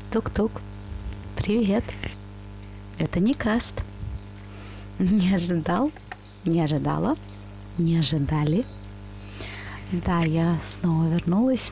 Тук-тук. Привет. Это не каст. Не ожидал, не ожидала, не ожидали. Да, я снова вернулась.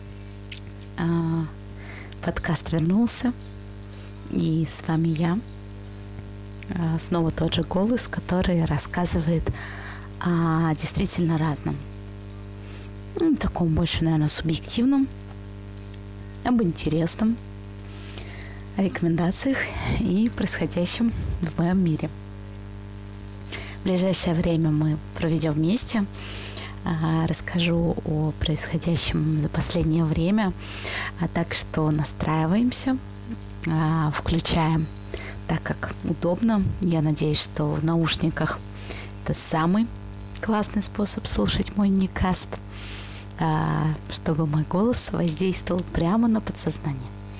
Подкаст вернулся. И с вами я. Снова тот же голос, который рассказывает о действительно разном. Таком больше, наверное, субъективном, об интересном, о рекомендациях и происходящем в моем мире. В ближайшее время мы проведем вместе. Расскажу о происходящем за последнее время. Так что настраиваемся, включаем так, как удобно. Я надеюсь, что в наушниках это самый классный способ слушать мой никаст, чтобы мой голос воздействовал прямо на подсознание.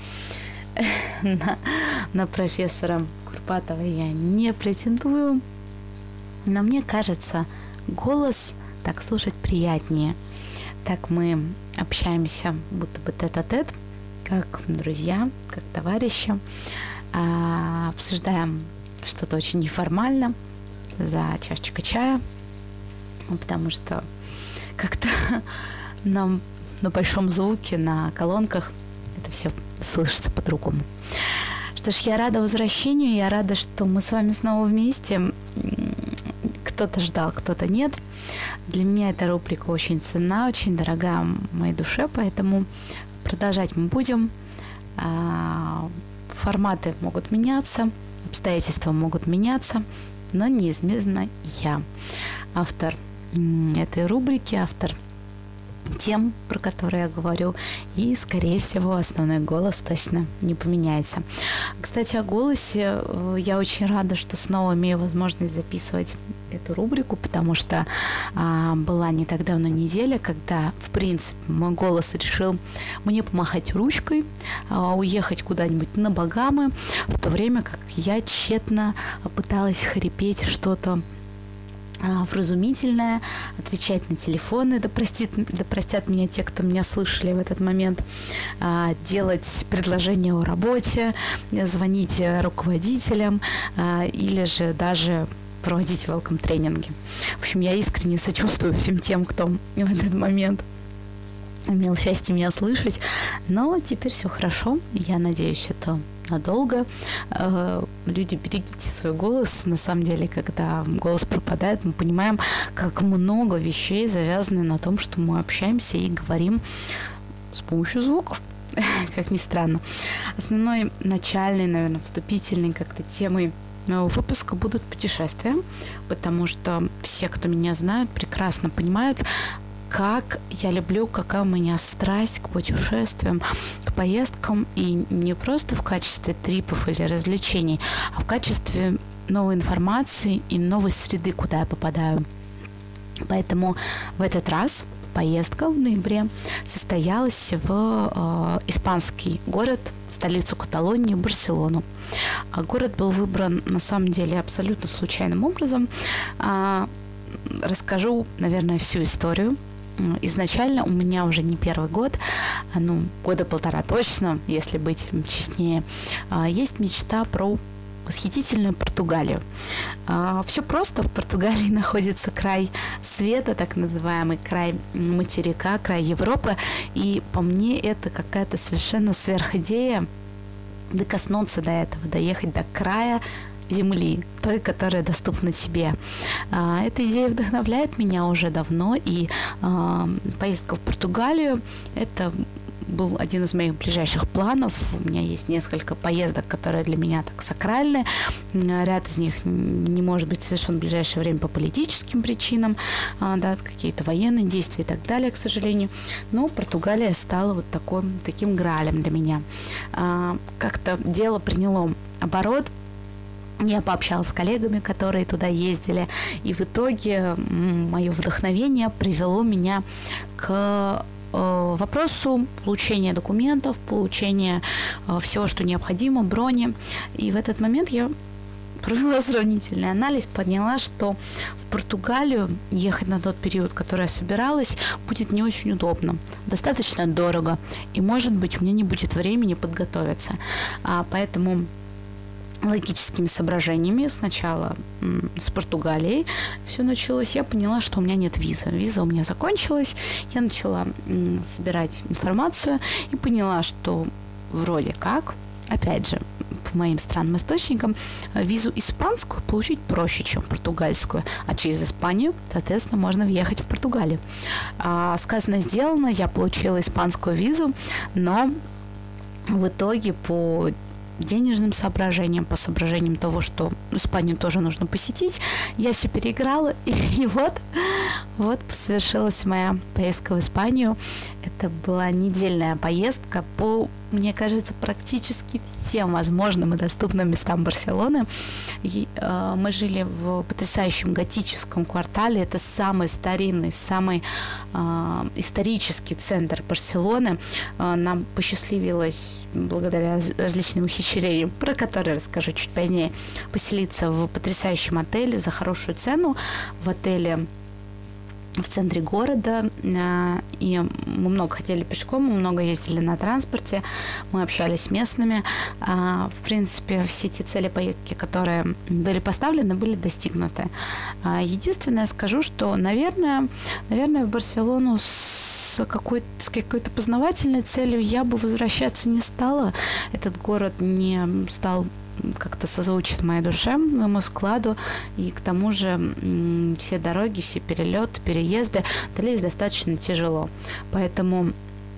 На профессора Курпатова я не претендую, но мне кажется, голос так слушать приятнее. Так мы общаемся будто бы тет-а-тет, как друзья, как товарищи, обсуждаем что-то очень неформально за чашечкой чая, потому что как-то нам на большом звуке, на колонках это все слышится по-другому. Что ж, я рада возвращению, я рада, что мы с вами снова вместе. Кто-то ждал, кто-то нет. Для меня эта рубрика очень ценна, очень дорога моей душе, поэтому продолжать мы будем. Форматы могут меняться, обстоятельства могут меняться, но неизменно я автор этой рубрики, автор тем, про которые я говорю, и, скорее всего, основной голос точно не поменяется. Кстати, о голосе я очень рада, что снова имею возможность записывать эту рубрику, потому что была не так давно неделя, когда, в принципе, мой голос решил мне помахать ручкой, уехать куда-нибудь на Багамы, в то время как я тщетно пыталась хрипеть что-то вразумительное, отвечать на телефоны, да простят меня те, кто меня слышали в этот момент, делать предложения о работе, звонить руководителям или же даже проводить велком-тренинги. В общем, я искренне сочувствую всем тем, кто в этот момент имел счастье меня слышать, но теперь все хорошо, я надеюсь, это надолго. Люди, берегите свой голос. На самом деле, когда голос пропадает, мы понимаем, как много вещей завязаны на том, что мы общаемся и говорим с помощью звуков, как ни странно. Основной начальной, наверное, вступительной как-то темой моего выпуска будут путешествия, потому что все, кто меня знают, прекрасно понимают, как я люблю, какая у меня страсть к путешествиям, к поездкам, и не просто в качестве трипов или развлечений, а в качестве новой информации и новой среды, куда я попадаю. Поэтому в этот раз поездка в ноябре состоялась в испанский город, столицу Каталонии, Барселону. Город был выбран, на самом деле, абсолютно случайным образом. Расскажу, наверное, всю историю. Изначально у меня уже не первый год, года полтора точно, если быть честнее, есть мечта про восхитительную Португалию. Все просто. В Португалии находится край света, так называемый край материка, край Европы. И по мне это какая-то совершенно сверхидея докоснуться до этого, доехать до края земли, той, которая доступна тебе. Эта идея вдохновляет меня уже давно, и поездка в Португалию — это был один из моих ближайших планов. У меня есть несколько поездок, которые для меня так сакральны. Ряд из них не может быть совершен в ближайшее время по политическим причинам, какие-то военные действия и так далее, к сожалению. Но Португалия стала вот таким граалем для меня. Как-то дело приняло оборот. Я пообщалась с коллегами, которые туда ездили, и в итоге мое вдохновение привело меня к вопросу получения документов, получения всего, что необходимо, брони. И в этот момент я провела сравнительный анализ, поняла, что в Португалию ехать на тот период, который я собиралась, будет не очень удобно, достаточно дорого, и, может быть, у меня не будет времени подготовиться. Поэтому логическими соображениями сначала с Португалией все началось. Я поняла, что у меня нет визы. Виза у меня закончилась. Я начала собирать информацию и поняла, что вроде как, опять же, по моим странным источникам, визу испанскую получить проще, чем португальскую, а через Испанию, соответственно, можно въехать в Португалию. Сказано, сделано, я получила испанскую визу, но в итоге по денежным соображениям, по соображениям того, что Испанию тоже нужно посетить, я все переиграла, и вот совершилась моя поездка в Испанию. Это была недельная поездка по, мне кажется, практически всем возможным и доступным местам Барселоны. Мы жили в потрясающем готическом квартале. Это самый старинный, самый исторический центр Барселоны. Нам посчастливилось, благодаря различным ухищрениям, про которые расскажу чуть позднее, поселиться в потрясающем отеле за хорошую цену. В отеле в центре города, и мы много ходили пешком, мы много ездили на транспорте, мы общались с местными. В принципе, все те цели поездки, которые были поставлены, были достигнуты. Единственное, скажу, что, наверное, в Барселону с какой-то познавательной целью я бы возвращаться не стала. Этот город не стал как-то созвучен моей душе, моему складу, и к тому же все дороги, все перелеты, переезды дались достаточно тяжело. Поэтому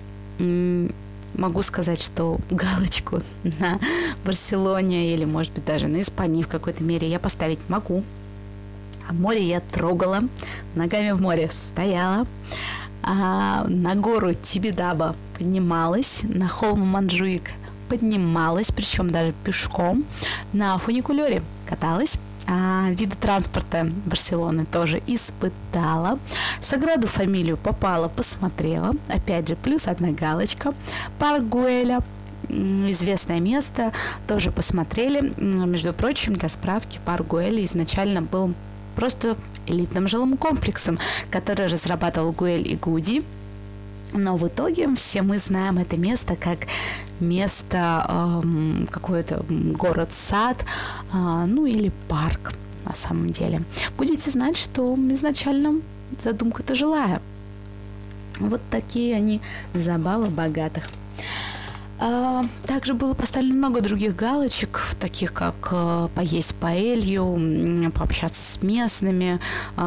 могу сказать, что галочку на Барселоне или, может быть, даже на Испании в какой-то мере я поставить могу. Море я трогала, ногами в море стояла, на гору Тибидаба поднималась, на холм Монджуик поднималась, причем даже пешком, на фуникулере каталась, виды транспорта Барселоны тоже испытала, Саграду Фамилию попала, посмотрела, опять же, плюс одна галочка, парк Гуэля, известное место, тоже посмотрели. Между прочим, для справки, парк Гуэля изначально был просто элитным жилым комплексом, который разрабатывал Гуэль и Гуди. Но в итоге все мы знаем это место как место, какой-то город-сад, или парк на самом деле. Будете знать, что изначально задумка-то жилая. Вот такие они забавы богатых. Также было поставлено много других галочек, таких как поесть паэлью, пообщаться с местными,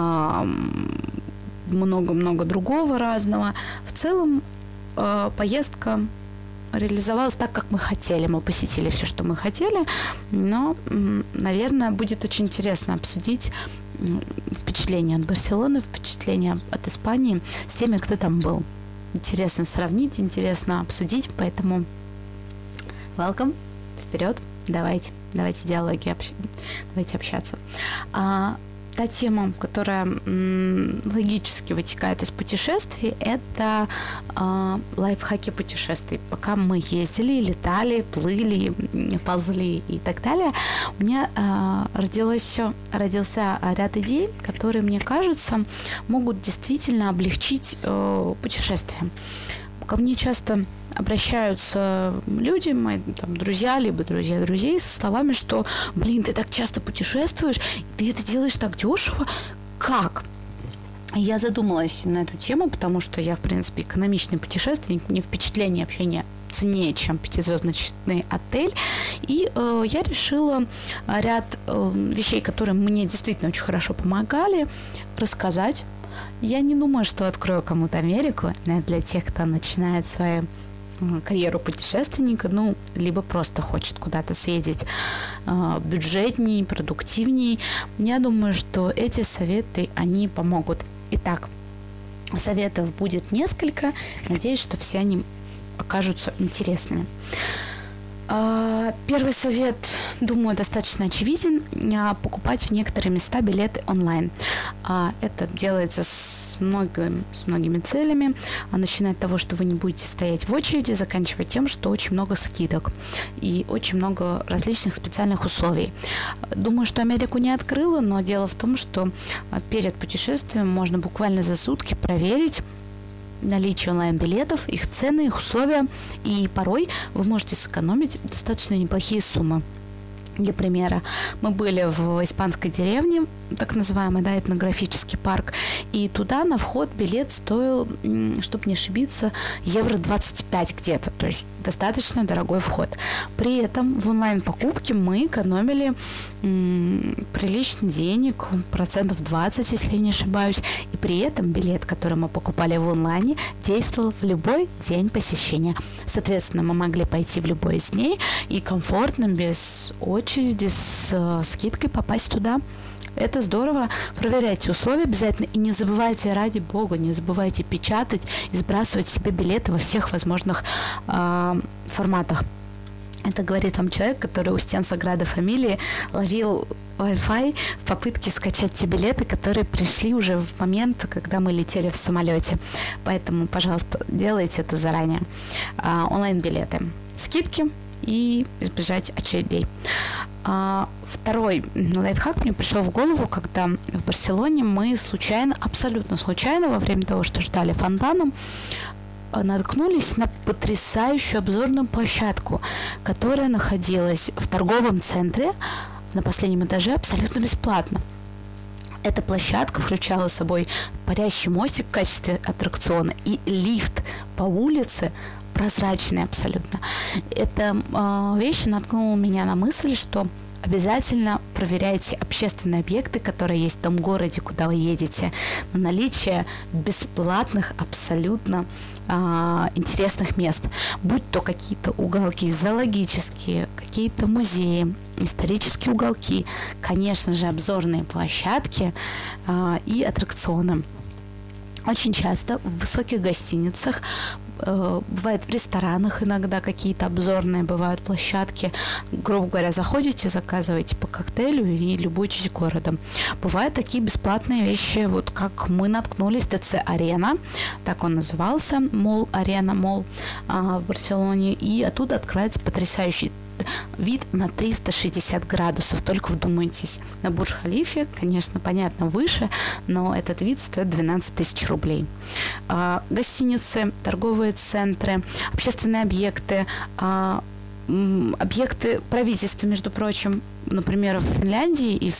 много-много другого разного. В целом поездка реализовалась так, как мы хотели. Мы посетили все, что мы хотели, но, наверное, будет очень интересно обсудить впечатления от Барселоны, впечатления от Испании с теми, кто там был. Интересно сравнить, интересно обсудить, поэтому welcome, вперед, давайте диалоги, давайте общаться. Та тема, которая логически вытекает из путешествий, это лайфхаки путешествий. Пока мы ездили, летали, плыли, ползли и так далее, у меня родился ряд идей, которые, мне кажется, могут действительно облегчить путешествие. Ко мне часто обращаются люди, мои друзья, либо друзья друзей, со словами, что, ты так часто путешествуешь, ты это делаешь так дешево. Как? Я задумалась на эту тему, потому что я, в принципе, экономичный путешественник, мне впечатление общения ценнее, чем 5-звездочный отель. И я решила ряд вещей, которые мне действительно очень хорошо помогали, рассказать. Я не думаю, что открою кому-то Америку, для тех, кто начинает свою карьеру путешественника, либо просто хочет куда-то съездить бюджетней, продуктивней. Я думаю, что эти советы, они помогут. Итак, советов будет несколько. Надеюсь, что все они окажутся интересными. Первый совет, думаю, достаточно очевиден. Покупать в некоторые места билеты онлайн. Это делается с многими целями. Начиная от того, что вы не будете стоять в очереди, заканчивая тем, что очень много скидок и очень много различных специальных условий. Думаю, что Америку не открыла, но дело в том, что перед путешествием можно буквально за сутки проверить наличие онлайн-билетов, их цены, их условия, и порой вы можете сэкономить достаточно неплохие суммы. Для примера, мы были в испанской деревне, так называемый, этнографический парк, и туда на вход билет стоил, чтобы не ошибиться, евро 25 где-то, то есть достаточно дорогой вход. При этом в онлайн-покупке мы экономили прилично денег, 20%, если я не ошибаюсь, и при этом билет, который мы покупали в онлайне, действовал в любой день посещения. Соответственно, мы могли пойти в любой из дней и комфортно, без очереди, с скидкой попасть туда. Это здорово. Проверяйте условия обязательно. И не забывайте, ради бога, не забывайте печатать и сбрасывать себе билеты во всех возможных форматах. Это говорит вам человек, который у стен Саграды Фамилии ловил Wi-Fi в попытке скачать те билеты, которые пришли уже в момент, когда мы летели в самолете. Поэтому, пожалуйста, делайте это заранее. Онлайн-билеты. Скидки и избежать очередей. Второй лайфхак мне пришел в голову, когда в Барселоне мы абсолютно случайно, во время того, что ждали фонтаном, наткнулись на потрясающую обзорную площадку, которая находилась в торговом центре на последнем этаже абсолютно бесплатно. Эта площадка включала собой парящий мостик в качестве аттракциона и лифт по улице, прозрачный абсолютно. Эта вещь наткнула меня на мысль, что обязательно проверяйте общественные объекты, которые есть в том городе, куда вы едете, на наличие бесплатных, абсолютно интересных мест. Будь то какие-то уголки зоологические, какие-то музеи, исторические уголки, конечно же, обзорные площадки и аттракционы. Очень часто в высоких гостиницах, бывает в ресторанах иногда какие-то обзорные бывают площадки. Грубо говоря, заходите, заказываете по коктейлю и любуйтесь городом. Бывают такие бесплатные вещи, вот как мы наткнулись, ТЦ Арена, так он назывался, Арена Молл в Барселоне, и оттуда открывается потрясающий вид на 360 градусов. Только вдумайтесь. На Бурдж-Халифе, конечно, понятно, выше, но этот вид стоит 12 тысяч рублей. Гостиницы, торговые центры, общественные объекты, объекты правительства, между прочим, например, в Финляндии и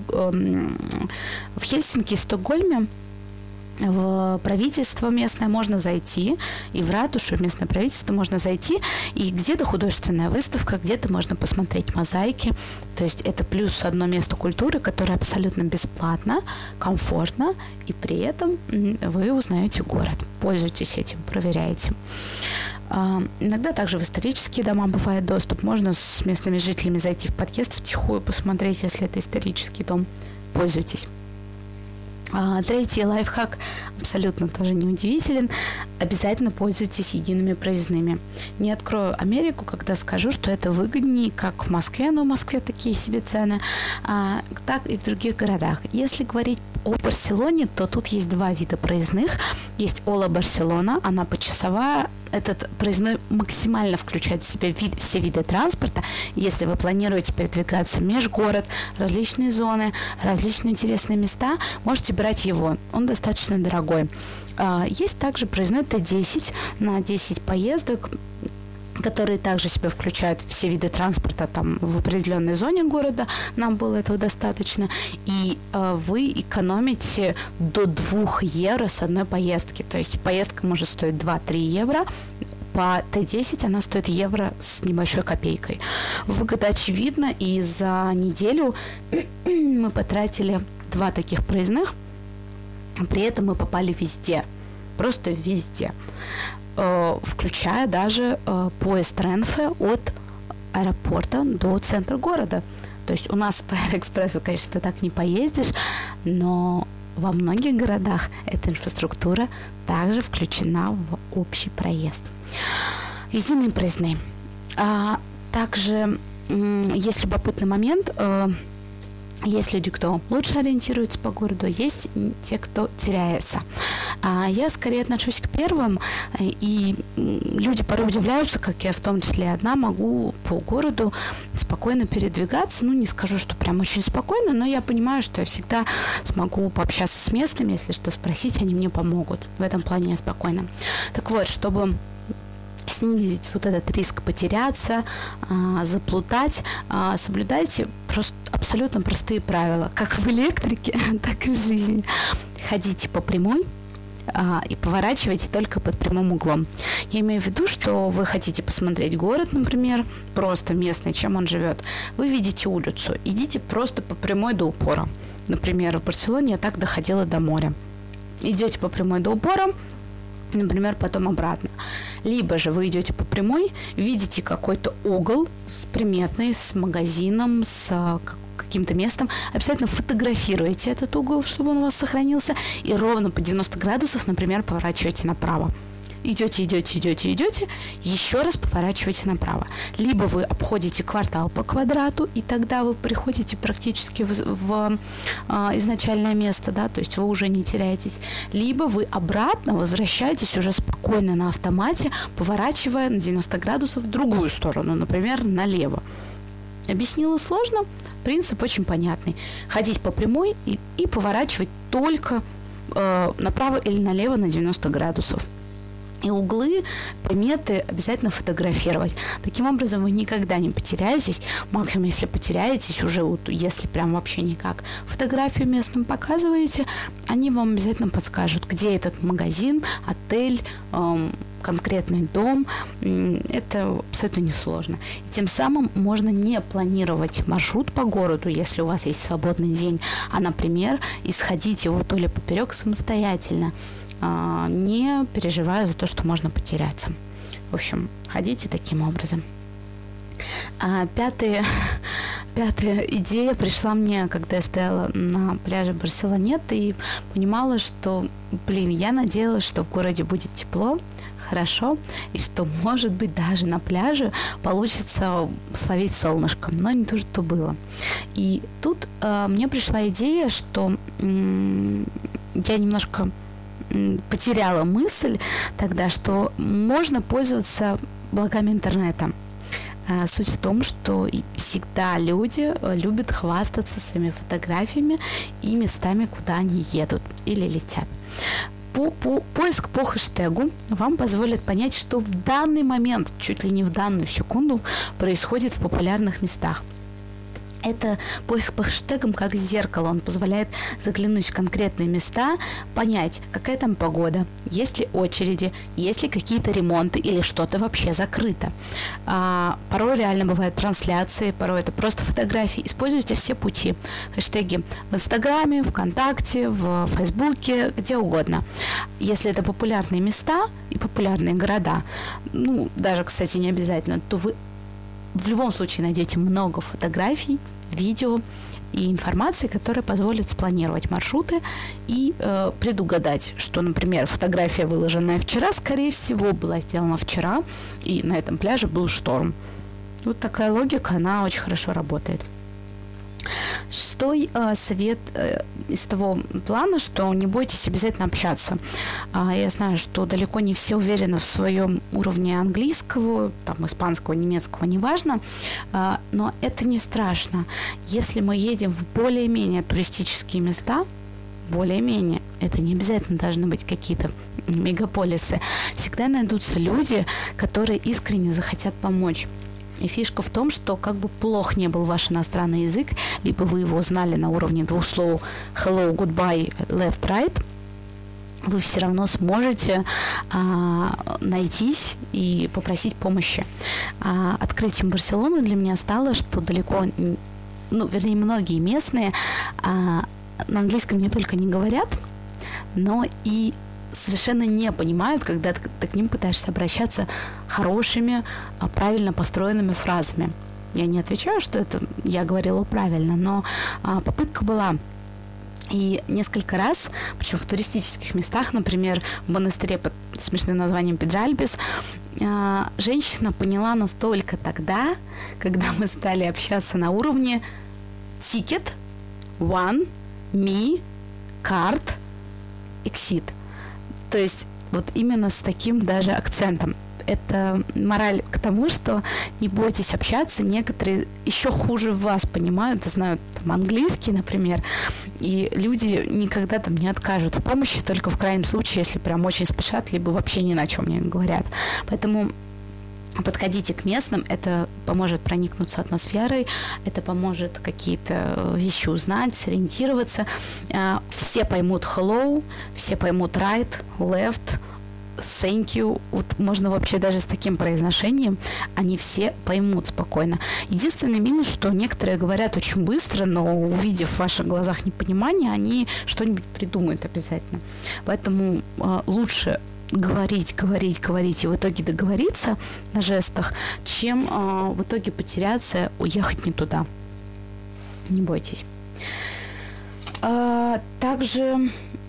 в Хельсинки и Стокгольме в правительство местное можно зайти, и в ратушу местное правительство можно зайти, и где-то художественная выставка, где-то можно посмотреть мозаики. То есть это плюс одно место культуры, которое абсолютно бесплатно, комфортно, и при этом вы узнаете город. Пользуйтесь этим, проверяйте. Иногда также в исторические дома бывает доступ. Можно с местными жителями зайти в подъезд втихую, посмотреть, если это исторический дом. Пользуйтесь. Третий лайфхак абсолютно тоже не удивителен. Обязательно пользуйтесь едиными проездными. Не открою Америку, когда скажу, что это выгоднее как в Москве, но в Москве такие себе цены, так и в других городах. Если говорить о Барселоне, то тут есть два вида проездных. Есть Ола Барселона, она почасовая. Этот проездной максимально включает в себя все виды транспорта. Если вы планируете передвигаться межгород, различные зоны, различные интересные места, можете брать его. Он достаточно дорогой. Есть также проездной Т10 на 10 поездок, которые также в себя включают все виды транспорта там в определенной зоне города. Нам было этого достаточно. И вы экономите до 2 евро с одной поездки. То есть поездка может стоить 2-3 евро. По Т10 она стоит евро с небольшой копейкой. Выгода очевидна, и за неделю мы потратили 2 таких проездных. При этом мы попали везде. Просто везде. Включая даже поезд Ренфе от аэропорта до центра города. То есть у нас по Аэроэкспрессу, конечно, ты так не поездишь, но во многих городах эта инфраструктура также включена в общий проезд. Единые проездные. Также есть любопытный момент. Есть люди, кто лучше ориентируется по городу, есть те, кто теряется. Я скорее отношусь к первым, и люди порой удивляются, как я в том числе одна могу по городу спокойно передвигаться. Не скажу, что прям очень спокойно, но я понимаю, что я всегда смогу пообщаться с местными, если что спросить, они мне помогут. В этом плане я спокойна. Так вот, чтобы снизить вот этот риск потеряться, заплутать, соблюдайте просто абсолютно простые правила, как в электрике, так и в жизни. Ходите по прямой и поворачивайте только под прямым углом. Я имею в виду, что вы хотите посмотреть город, например, просто местный, чем он живет. Вы видите улицу, идите просто по прямой до упора. Например, в Барселоне я так доходила до моря. Идете по прямой до упора, например, потом обратно. Либо же вы идете по прямой, видите какой-то угол приметный, с магазином, с каким-то местом, обязательно фотографируйте этот угол, чтобы он у вас сохранился, и ровно по 90 градусов, например, поворачиваете направо. Идете, еще раз поворачиваете направо. Либо вы обходите квартал по квадрату, и тогда вы приходите практически в изначальное место, да, то есть вы уже не теряетесь. Либо вы обратно возвращаетесь уже спокойно на автомате, поворачивая на 90 градусов в другую сторону, например, налево. Объяснила сложно? Принцип очень понятный. Ходить по прямой и поворачивать только направо или налево на 90 градусов. И углы, приметы обязательно фотографировать. Таким образом, вы никогда не потеряетесь. Максимум, если потеряетесь, уже если прям вообще никак, фотографию местным показываете, они вам обязательно подскажут, где этот магазин, отель, конкретный дом. Это абсолютно несложно. И тем самым можно не планировать маршрут по городу, если у вас есть свободный день, а, например, исходить его вдоль и поперек самостоятельно, не переживая за то, что можно потеряться. В общем, ходите таким образом. Пятая идея пришла мне, когда я стояла на пляже Барселонеты и понимала, что, я надеялась, что в городе будет тепло, хорошо, и что, может быть, даже на пляже получится словить солнышко, но не то, что было. И тут мне пришла идея, что я немножко потеряла мысль тогда, что можно пользоваться благами интернета. Суть в том, что всегда люди любят хвастаться своими фотографиями и местами, куда они едут или летят. Поиск по хэштегу вам позволит понять, что в данный момент, чуть ли не в данную секунду, происходит в популярных местах. Это поиск по хэштегам как зеркало. Он позволяет заглянуть в конкретные места, понять, какая там погода, есть ли очереди, есть ли какие-то ремонты или что-то вообще закрыто. Порой реально бывают трансляции, порой это просто фотографии. Используйте все пути. Хэштеги в Инстаграме, ВКонтакте, в Фейсбуке, где угодно. Если это популярные места и популярные города, даже, кстати, не обязательно, то вы в любом случае найдете много фотографий, видео и информации, которая позволит спланировать маршруты и предугадать, что, например, фотография, выложенная вчера, скорее всего, была сделана вчера, и на этом пляже был шторм. Вот такая логика, она очень хорошо работает. Шестой совет из того плана, что не бойтесь обязательно общаться. Я знаю, что далеко не все уверены в своем уровне английского, испанского, немецкого, неважно, но это не страшно. Если мы едем в более-менее туристические места, более-менее, это не обязательно должны быть какие-то мегаполисы, всегда найдутся люди, которые искренне захотят помочь. И фишка в том, что как бы плох не был ваш иностранный язык, либо вы его знали на уровне 2 слов hello, goodbye, left, right, вы все равно сможете найтись и попросить помощи. Открытием Барселоны для меня стало, что многие местные на английском не только не говорят, но и совершенно не понимают, когда ты к ним пытаешься обращаться хорошими, правильно построенными фразами. Я не отвечаю, что это я говорила правильно, но попытка была. И несколько раз, причем в туристических местах, например, в монастыре смешным названием Педральбес, женщина поняла настолько тогда, когда мы стали общаться на уровне ticket, one, me, card, exit. То есть вот именно с таким даже акцентом. Это мораль к тому, что не бойтесь общаться. Некоторые еще хуже вас понимают, знают там английский, например, и люди никогда там не откажут в помощи, только в крайнем случае, если прям очень спешат, либо вообще ни на чем не говорят. Поэтому подходите к местным, это поможет проникнуться атмосферой, это поможет какие-то вещи узнать, сориентироваться. Все поймут hello, все поймут right, left, thank you. Вот можно вообще даже с таким произношением, они все поймут спокойно. Единственный минус, что некоторые говорят очень быстро, но увидев в ваших глазах непонимание, они что-нибудь придумают обязательно. Поэтому лучше говорить и в итоге договориться на жестах, чем в итоге потеряться, уехать не туда. Не бойтесь. Также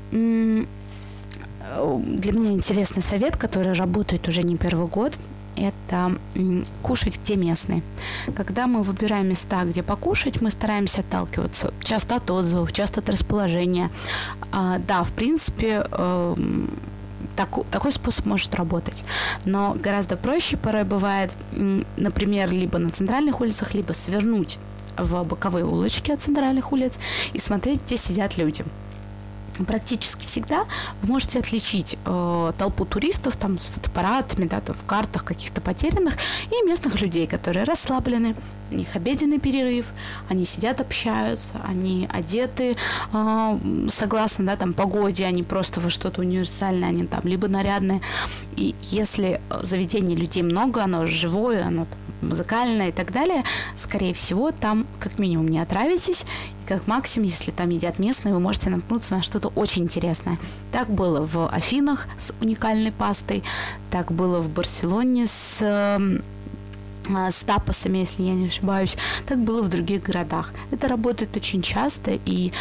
для меня интересный совет, который работает уже не первый год, это кушать, где местные. Когда мы выбираем места, где покушать, мы стараемся отталкиваться часто от отзывов, часто от расположения. Да, в принципе, такой способ может работать. Но гораздо проще порой бывает, например, либо на центральных улицах, либо свернуть в боковые улочки от центральных улиц и смотреть, где сидят люди. Практически всегда вы можете отличить толпу туристов там с фотоаппаратами, да, там, в картах каких-то потерянных, и местных людей, которые расслаблены, у них обеденный перерыв, они сидят, общаются, они одеты согласно, да, там, погоде, они просто во что-то универсальное, они там либо нарядные. И если заведений людей много, оно живое, оно там музыкальное и так далее, скорее всего, там как минимум не отравитесь, и как максимум, если там едят местные, вы можете наткнуться на что-то очень интересное. Так было в Афинах с уникальной пастой, так было в Барселоне с тапосами, если я не ошибаюсь, так было в других городах. Это работает очень часто, и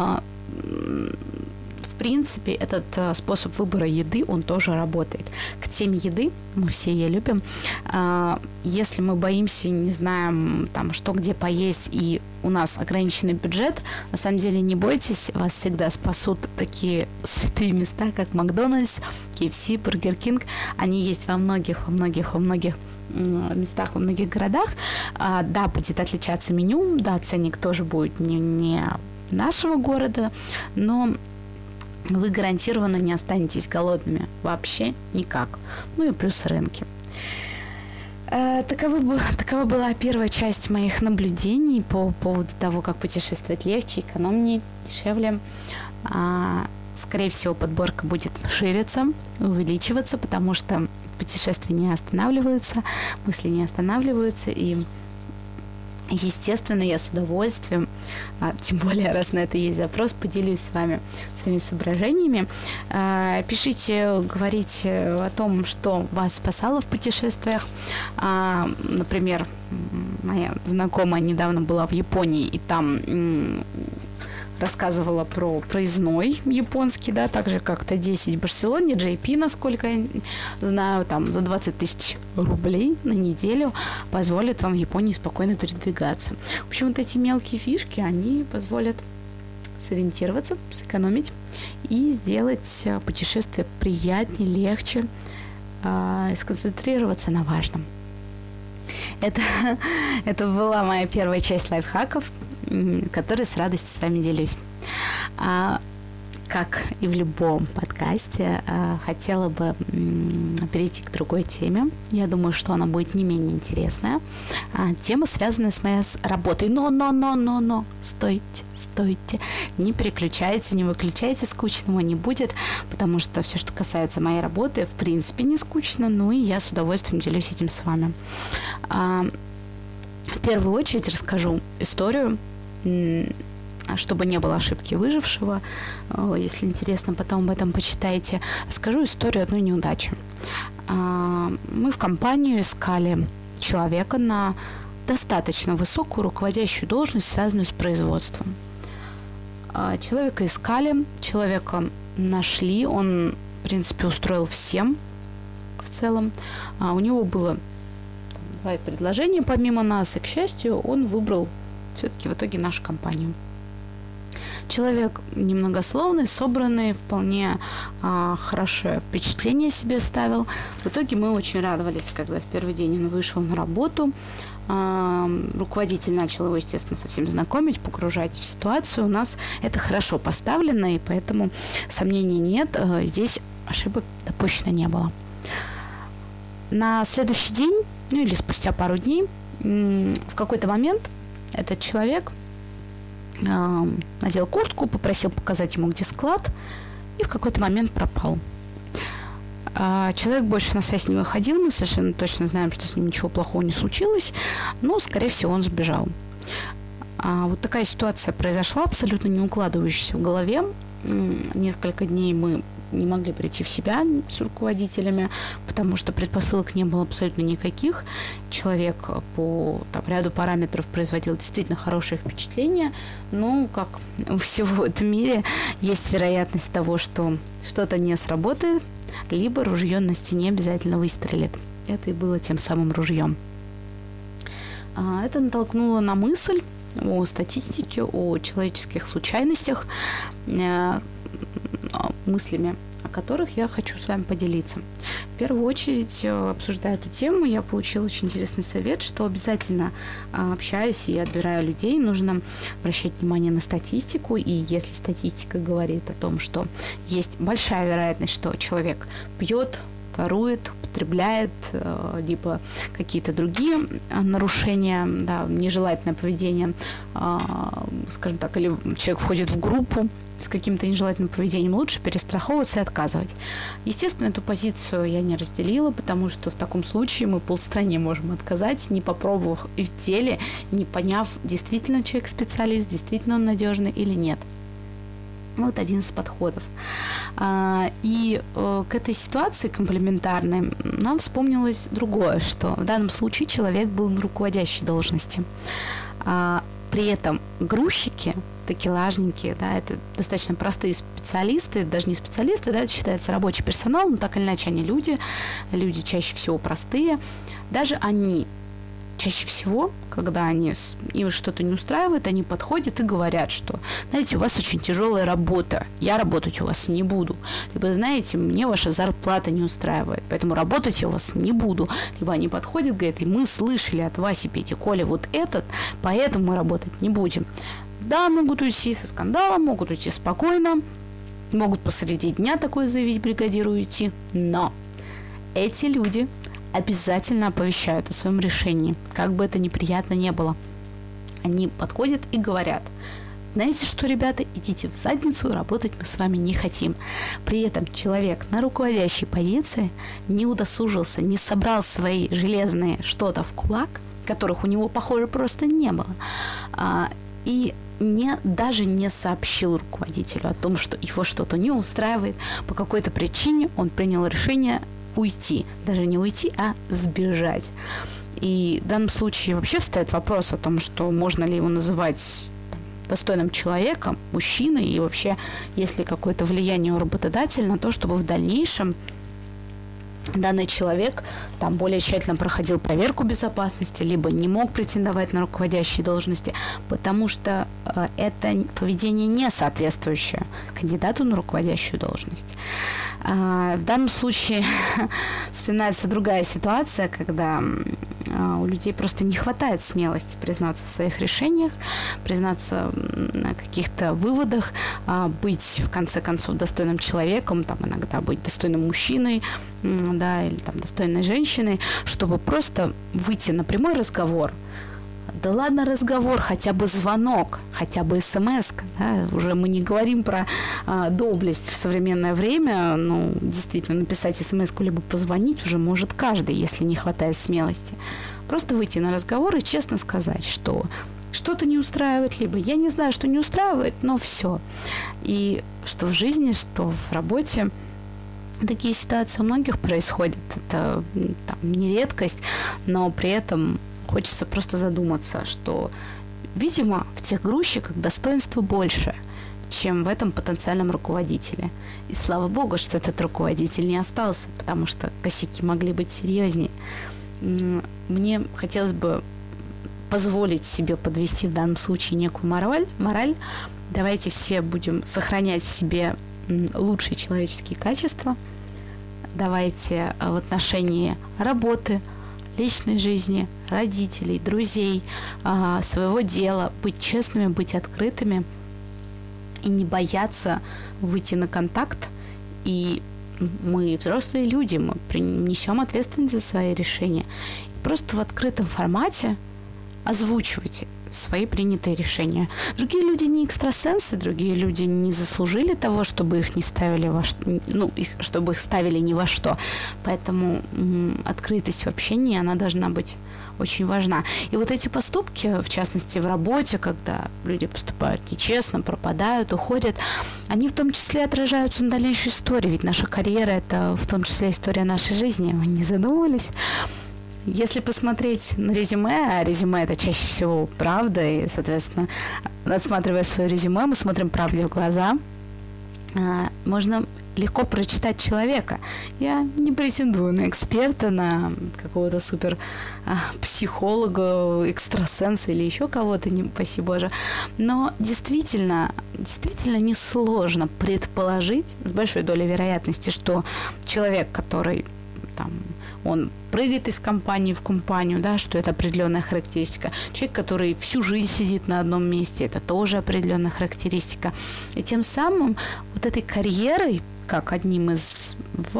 в принципе, этот способ выбора еды, он тоже работает. К теме еды, мы все ее любим, если мы боимся, не знаем, там, что где поесть, и у нас ограниченный бюджет, на самом деле не бойтесь, вас всегда спасут такие святые места, как Макдональдс, KFC, Бургер Кинг. Они есть во многих местах, во многих городах. Да, будет отличаться меню, да, ценник тоже будет не нашего города, но вы гарантированно не останетесь голодными вообще никак. Ну и плюс рынки. Такова была первая часть моих наблюдений по поводу того, как путешествовать легче, экономнее, дешевле. Скорее всего, подборка будет шириться, увеличиваться, потому что путешествия не останавливаются, мысли не останавливаются, и естественно, я с удовольствием, тем более, раз на это есть запрос, поделюсь с вами своими соображениями. Пишите, говорите о том, что вас спасало в путешествиях. Например, моя знакомая недавно была в Японии, и там рассказывала про проездной японский, да, так же как Т-10 в Барселоне, JP, насколько я знаю, там за 20 тысяч рублей на неделю позволят вам в Японии спокойно передвигаться. В общем, вот эти мелкие фишки, они позволят сориентироваться, сэкономить и сделать путешествие приятнее, легче, и сконцентрироваться на важном. Это была моя первая часть лайфхаков, которые с радостью с вами делюсь. Как и в любом подкасте, хотела бы перейти к другой теме. Я думаю, что она будет не менее интересная. Тема, связанная с моей работой. Но, стойте, не переключайте, не выключайте, скучного не будет, потому что все, что касается моей работы, в принципе, не скучно, ну и я с удовольствием делюсь этим с вами. В первую очередь расскажу историю, чтобы не было ошибки выжившего. Если интересно, потом об этом почитайте. Расскажу историю одной неудачи. Мы в компанию искали человека на достаточно высокую руководящую должность, связанную с производством. Человека искали, человека нашли, он принципе, устроил всем в целом. У него было 2 предложения помимо нас, и, к счастью, он выбрал все-таки в итоге нашу компанию. Человек немногословный, собранный, вполне хорошее впечатление себе ставил. В итоге мы очень радовались, когда в первый день он вышел на работу. Руководитель начал его, естественно, совсем знакомить, погружать в ситуацию. У нас это хорошо поставлено, и поэтому сомнений нет, здесь ошибок допущено не было. На следующий день, или спустя пару дней, в какой-то момент этот человек надел куртку, попросил показать ему, где склад, и в какой-то момент пропал. Человек больше на связь не выходил, мы совершенно точно знаем, что с ним ничего плохого не случилось, но, скорее всего, он сбежал. Вот такая ситуация произошла, абсолютно не укладывающаяся в голове. Несколько дней мы не могли прийти в себя с руководителями, потому что предпосылок не было абсолютно никаких. Человек по ряду параметров производил действительно хорошее впечатление, но, как у всего в этом мире, есть вероятность того, что что-то не сработает, либо ружье на стене обязательно выстрелит. Это и было тем самым ружьем. Это натолкнуло на мысль о статистике, о человеческих случайностях, мыслями, о которых я хочу с вами поделиться. В первую очередь, обсуждая эту тему, я получила очень интересный совет, что обязательно, общаясь и отбирая людей, нужно обращать внимание на статистику, и если статистика говорит о том, что есть большая вероятность, что человек пьет, ворует, употребляет, либо какие-то другие нарушения, нежелательное поведение, скажем так, или человек входит в группу с каким-то нежелательным поведением, лучше перестраховываться и отказывать. Естественно, эту позицию я не разделила, потому что в таком случае мы полстране можем отказать, не попробовав и в деле, не поняв, действительно человек специалист, действительно он надежный или нет. Вот один из подходов. И к этой ситуации комплементарной нам вспомнилось другое, что в данном случае человек был на руководящей должности. При этом грузчики, такелажники, это достаточно простые специалисты, даже не специалисты, это считается рабочий персонал, но так или иначе они люди чаще всего простые. Даже они чаще всего, когда им что-то не устраивает, они подходят и говорят, что, знаете, у вас очень тяжелая работа, я работать у вас не буду. Либо, знаете, мне ваша зарплата не устраивает, поэтому работать я у вас не буду. Либо они подходят, говорят, и мы слышали от Васи, Пети, Коли вот этот, поэтому мы работать не будем. Да, могут уйти со скандалом, могут уйти спокойно, могут посреди дня такое заявить бригадиру уйти, но эти люди обязательно оповещают о своем решении, как бы это неприятно не было. Они подходят и говорят: знаете что, ребята, идите в задницу, работать мы с вами не хотим. При этом человек на руководящей позиции не удосужился, не собрал свои железные что-то в кулак, которых у него, похоже, просто не было, и даже не сообщил руководителю о том, что его что-то не устраивает. По какой-то причине он принял решение уйти. Даже не уйти, а сбежать. И в данном случае вообще встает вопрос о том, что можно ли его называть достойным человеком, мужчиной, и вообще есть ли какое-то влияние у работодателя на то, чтобы в дальнейшем данный человек более тщательно проходил проверку безопасности, либо не мог претендовать на руководящие должности, потому что это поведение не соответствующее кандидату на руководящую должность. В данном случае вспоминается другая ситуация, когда у людей просто не хватает смелости признаться в своих решениях, признаться на каких-то выводах, быть, в конце концов, достойным человеком, иногда быть достойным мужчиной, или достойной женщиной, чтобы просто выйти на прямой разговор. Да ладно разговор, хотя бы звонок, хотя бы смс-ка. Уже мы не говорим про доблесть в современное время. Действительно, написать смс-ку либо позвонить уже может каждый, если не хватает смелости. Просто выйти на разговор и честно сказать, что что-то не устраивает, либо я не знаю, что не устраивает, но все. И что в жизни, что в работе такие ситуации у многих происходят. Это не редкость, но при этом хочется просто задуматься, что, видимо, в тех грузчиках достоинства больше, чем в этом потенциальном руководителе. И слава богу, что этот руководитель не остался, потому что косяки могли быть серьезнее. Мне хотелось бы позволить себе подвести в данном случае некую мораль. Давайте все будем сохранять в себе лучшие человеческие качества. Давайте в отношении работы, личной жизни, родителей, друзей, своего дела быть честными, быть открытыми и не бояться выйти на контакт. И мы взрослые люди, мы несем ответственность за свои решения. И просто в открытом формате озвучивайте свои принятые решения. Другие люди не экстрасенсы, другие люди не заслужили того, чтобы их не ставили чтобы их ставили ни во что. Поэтому открытость в общении, она должна быть очень важна. И вот эти поступки, в частности в работе, когда люди поступают нечестно, пропадают, уходят, они в том числе отражаются на дальнейшей истории. Ведь наша карьера – это в том числе история нашей жизни. Вы не задумывались? Если посмотреть на резюме, а резюме это чаще всего правда, и, соответственно, отсматривая свое резюме, мы смотрим правде в глаза, можно легко прочитать человека. Я не претендую на эксперта, на какого-то супер психолога, экстрасенса или еще кого-то, не паси Боже. Но действительно несложно предположить с большой долей вероятности, что человек, который он прыгает из компании в компанию, да, что это определенная характеристика. Человек, который всю жизнь сидит на одном месте, это тоже определенная характеристика. И тем самым вот этой карьерой, как одной из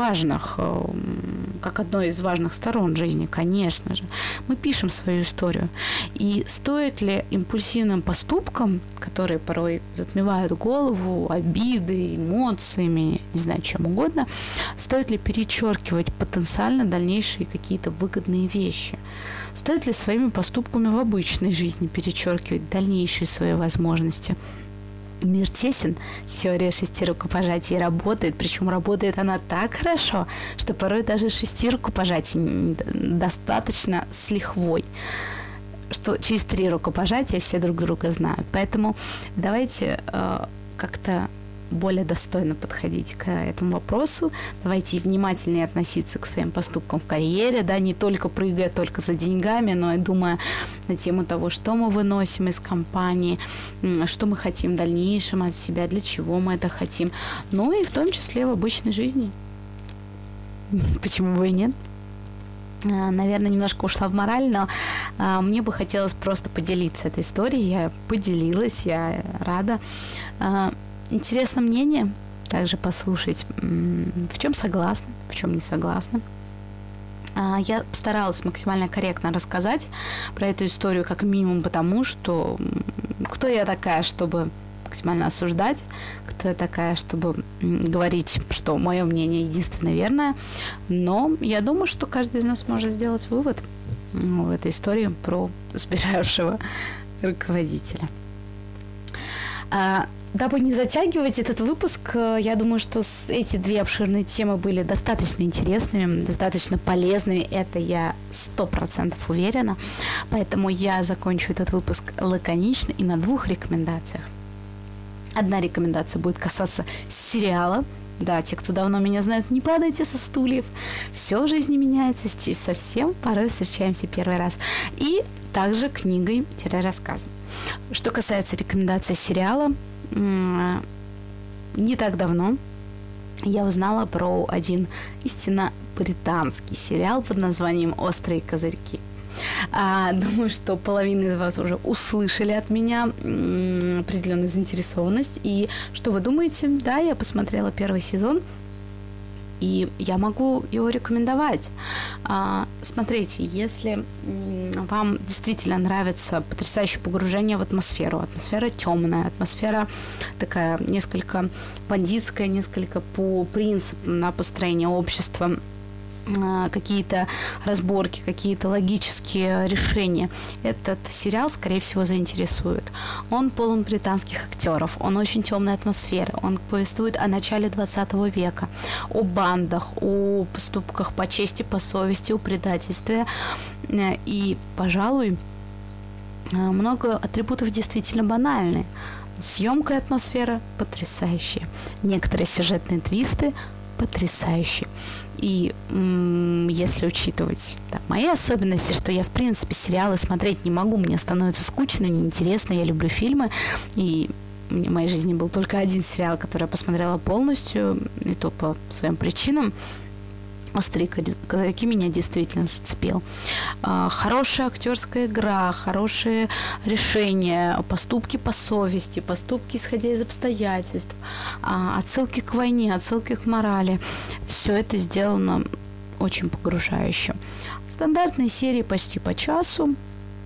важных сторон жизни, конечно же, мы пишем свою историю. И стоит ли импульсивным поступкам, которые порой затмевают голову обидой, эмоциями, не знаю, чем угодно, стоит ли перечеркивать потенциально дальнейшие какие-то выгодные вещи? Стоит ли своими поступками в обычной жизни перечеркивать дальнейшие свои возможности? Мир тесен, теория 6 рукопожатий работает, причем работает она так хорошо, что порой даже 6 рукопожатий достаточно с лихвой, что через 3 рукопожатия все друг друга знают. Поэтому давайте как-то более достойно подходить к этому вопросу. Давайте внимательнее относиться к своим поступкам в карьере, да, не только прыгая только за деньгами, но и думая на тему того, что мы выносим из компании, что мы хотим в дальнейшем от себя, для чего мы это хотим. Ну и в том числе в обычной жизни. Почему бы и нет? Наверное, немножко ушла в мораль, но мне бы хотелось просто поделиться этой историей. Я поделилась, я рада. Интересно мнение также послушать, в чем согласны, в чем не согласны. Я постаралась максимально корректно рассказать про эту историю, как минимум потому, что кто я такая, чтобы максимально осуждать, кто я такая, чтобы говорить, что мое мнение единственно верное, но я думаю, что каждый из нас может сделать вывод в этой истории про сбежавшего руководителя. Дабы не затягивать этот выпуск, я думаю, что эти 2 обширные темы были достаточно интересными, достаточно полезными. Это я 100% уверена. Поэтому я закончу этот выпуск лаконично и на 2 рекомендациях. Одна рекомендация будет касаться сериала. Да, те, кто давно меня знают, не падайте со стульев. Все в жизни меняется совсем. Порой встречаемся первый раз. И также книгой-рассказом. Что касается рекомендации сериала, не так давно я узнала про один истинно британский сериал под названием «Острые козырьки». Думаю, что половина из вас уже услышали от меня определенную заинтересованность. И что вы думаете? Да, я посмотрела 1 сезон, и я могу его рекомендовать. Смотрите, если вам действительно нравится потрясающее погружение в атмосферу, атмосфера темная, атмосфера такая несколько бандитская, несколько по принципам на построение общества, какие-то разборки, какие-то логические решения, этот сериал, скорее всего, заинтересует. Он полон британских актеров, он очень темная атмосфера, он повествует о начале 20 века, о бандах, о поступках по чести, по совести, о предательстве. И, пожалуй, много атрибутов действительно банальные, Съемка и атмосфера потрясающие. Некоторые сюжетные твисты потрясающие. И если учитывать мои особенности, что я, в принципе, сериалы смотреть не могу, мне становится скучно, неинтересно, я люблю фильмы, и в моей жизни был только один сериал, который я посмотрела полностью, и то по своим причинам. «Острые козырьки» меня действительно зацепил. Хорошая актерская игра, хорошие решения, поступки по совести, поступки, исходя из обстоятельств, отсылки к войне, отсылки к морали. Все это сделано очень погружающе. Стандартные серии почти по часу,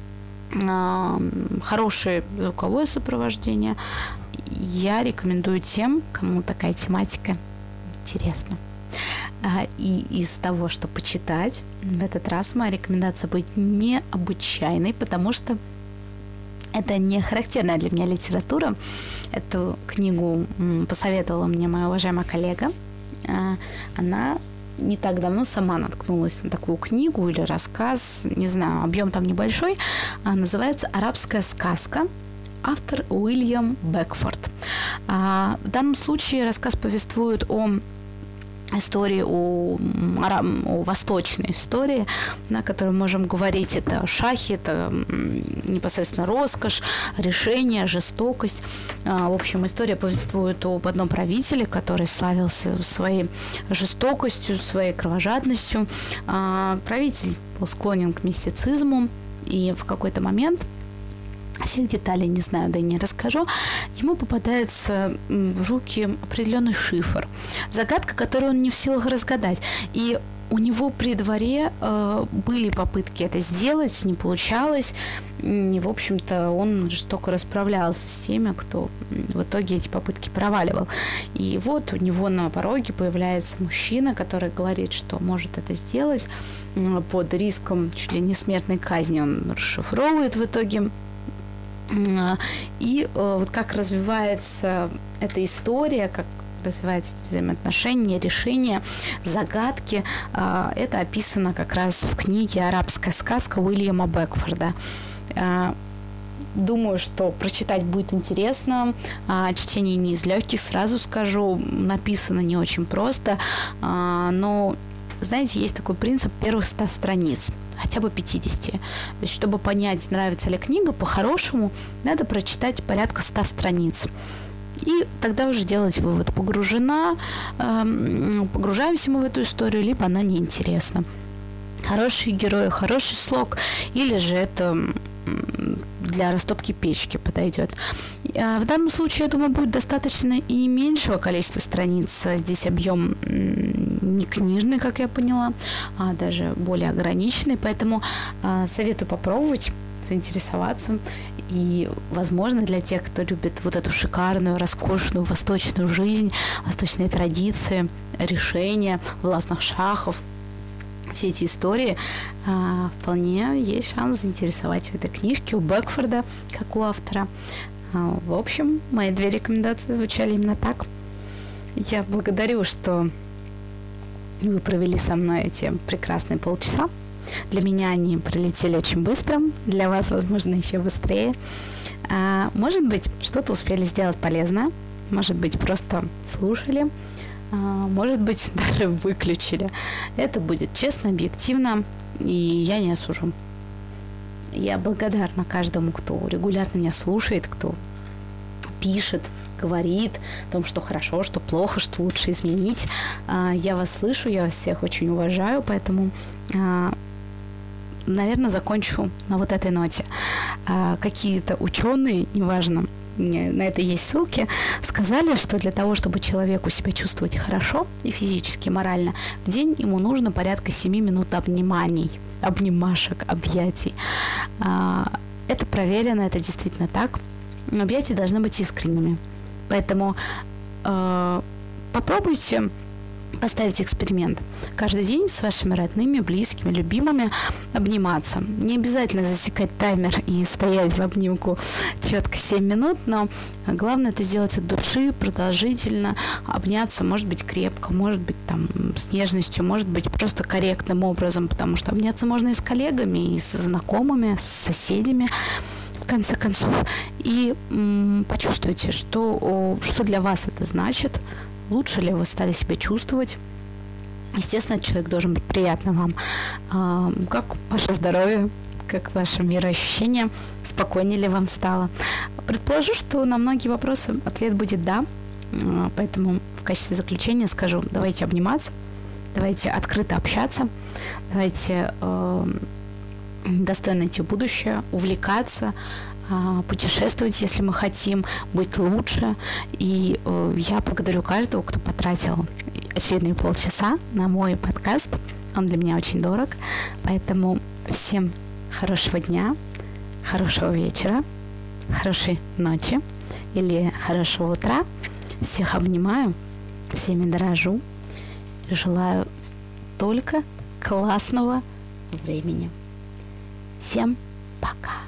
хорошее звуковое сопровождение. Я рекомендую тем, кому такая тематика интересна. И из того, что почитать, в этот раз моя рекомендация будет необычайной, потому что это не характерная для меня литература. Эту книгу посоветовала мне моя уважаемая коллега. Она не так давно сама наткнулась на такую книгу или рассказ, не знаю, объем там небольшой, называется «Арабская сказка». Автор Уильям Бекфорд. В данном случае рассказ повествует о истории, о восточной истории, на которой мы можем говорить, это шахи, это непосредственно роскошь, решение, жестокость. В общем, история повествует об одном правителе, который славился своей жестокостью, своей кровожадностью. Правитель был склонен к мистицизму, и в какой-то момент, всех деталей не знаю, да и не расскажу, ему попадается в руки определенный шифр. Загадка, которую он не в силах разгадать. И у него при дворе были попытки это сделать, не получалось. И, в общем-то, он жестоко расправлялся с теми, кто в итоге эти попытки проваливал. И вот у него на пороге появляется мужчина, который говорит, что может это сделать. Под риском чуть ли не смертной казни он расшифровывает в итоге. И вот как развивается эта история, как развиваются взаимоотношения, решения, загадки, это описано как раз в книге «Арабская сказка» Уильяма Бекфорда. Думаю, что прочитать будет интересно. Чтение не из легких, сразу скажу. Написано не очень просто, но, знаете, есть такой принцип первых 100 страниц. Хотя бы 50. То есть, чтобы понять, нравится ли книга, по-хорошему надо прочитать порядка 100 страниц. И тогда уже делать вывод, погружаемся мы в эту историю, либо она неинтересна. Хорошие герои, хороший слог, или же это для растопки печки подойдет. В данном случае, я думаю, будет достаточно и меньшего количества страниц. Здесь объем не книжный, как я поняла, а даже более ограниченный, поэтому советую попробовать, заинтересоваться. И, возможно, для тех, кто любит вот эту шикарную, роскошную восточную жизнь, восточные традиции, решения властных шахов, все эти истории, вполне есть шанс заинтересовать в этой книжке у Бекфорда, как у автора. В общем, мои 2 рекомендации звучали именно так. Я благодарю, что вы провели со мной эти прекрасные полчаса. Для меня они пролетели очень быстро, для вас, возможно, еще быстрее. Может быть, что-то успели сделать полезное, может быть, просто слушали, может быть, даже выключили. Это будет честно, объективно, и я не осужу. Я благодарна каждому, кто регулярно меня слушает, кто пишет, говорит о том, что хорошо, что плохо, что лучше изменить. Я вас слышу, я вас всех очень уважаю, поэтому, наверное, закончу на вот этой ноте. Какие-то ученые, неважно, на это есть ссылки, сказали, что для того, чтобы человеку себя чувствовать хорошо и физически, и морально, в день ему нужно порядка 7 минут обниманий, обнимашек, объятий. Это проверено, это действительно так. Объятия должны быть искренними. Поэтому попробуйте поставить эксперимент. Каждый день с вашими родными, близкими, любимыми обниматься. Не обязательно засекать таймер и стоять в обнимку четко 7 минут, но главное это сделать от души, продолжительно, обняться, может быть, крепко, может быть, там, с нежностью, может быть, просто корректным образом, потому что обняться можно и с коллегами, и с знакомыми, с соседями. В конце концов, и почувствуйте, что для вас это значит, лучше ли вы стали себя чувствовать. Естественно, человек должен быть приятным вам. Как ваше здоровье, как ваше мироощущение, спокойнее ли вам стало. Предположу, что на многие вопросы ответ будет «да». Поэтому в качестве заключения скажу, давайте обниматься, давайте открыто общаться, давайте достойно идти в будущее, увлекаться, путешествовать, если мы хотим быть лучше. И я благодарю каждого, кто потратил очередные полчаса на мой подкаст. Он для меня очень дорог. Поэтому всем хорошего дня, хорошего вечера, хорошей ночи или хорошего утра. Всех обнимаю, всеми дорожу. Желаю только классного времени. Всем пока!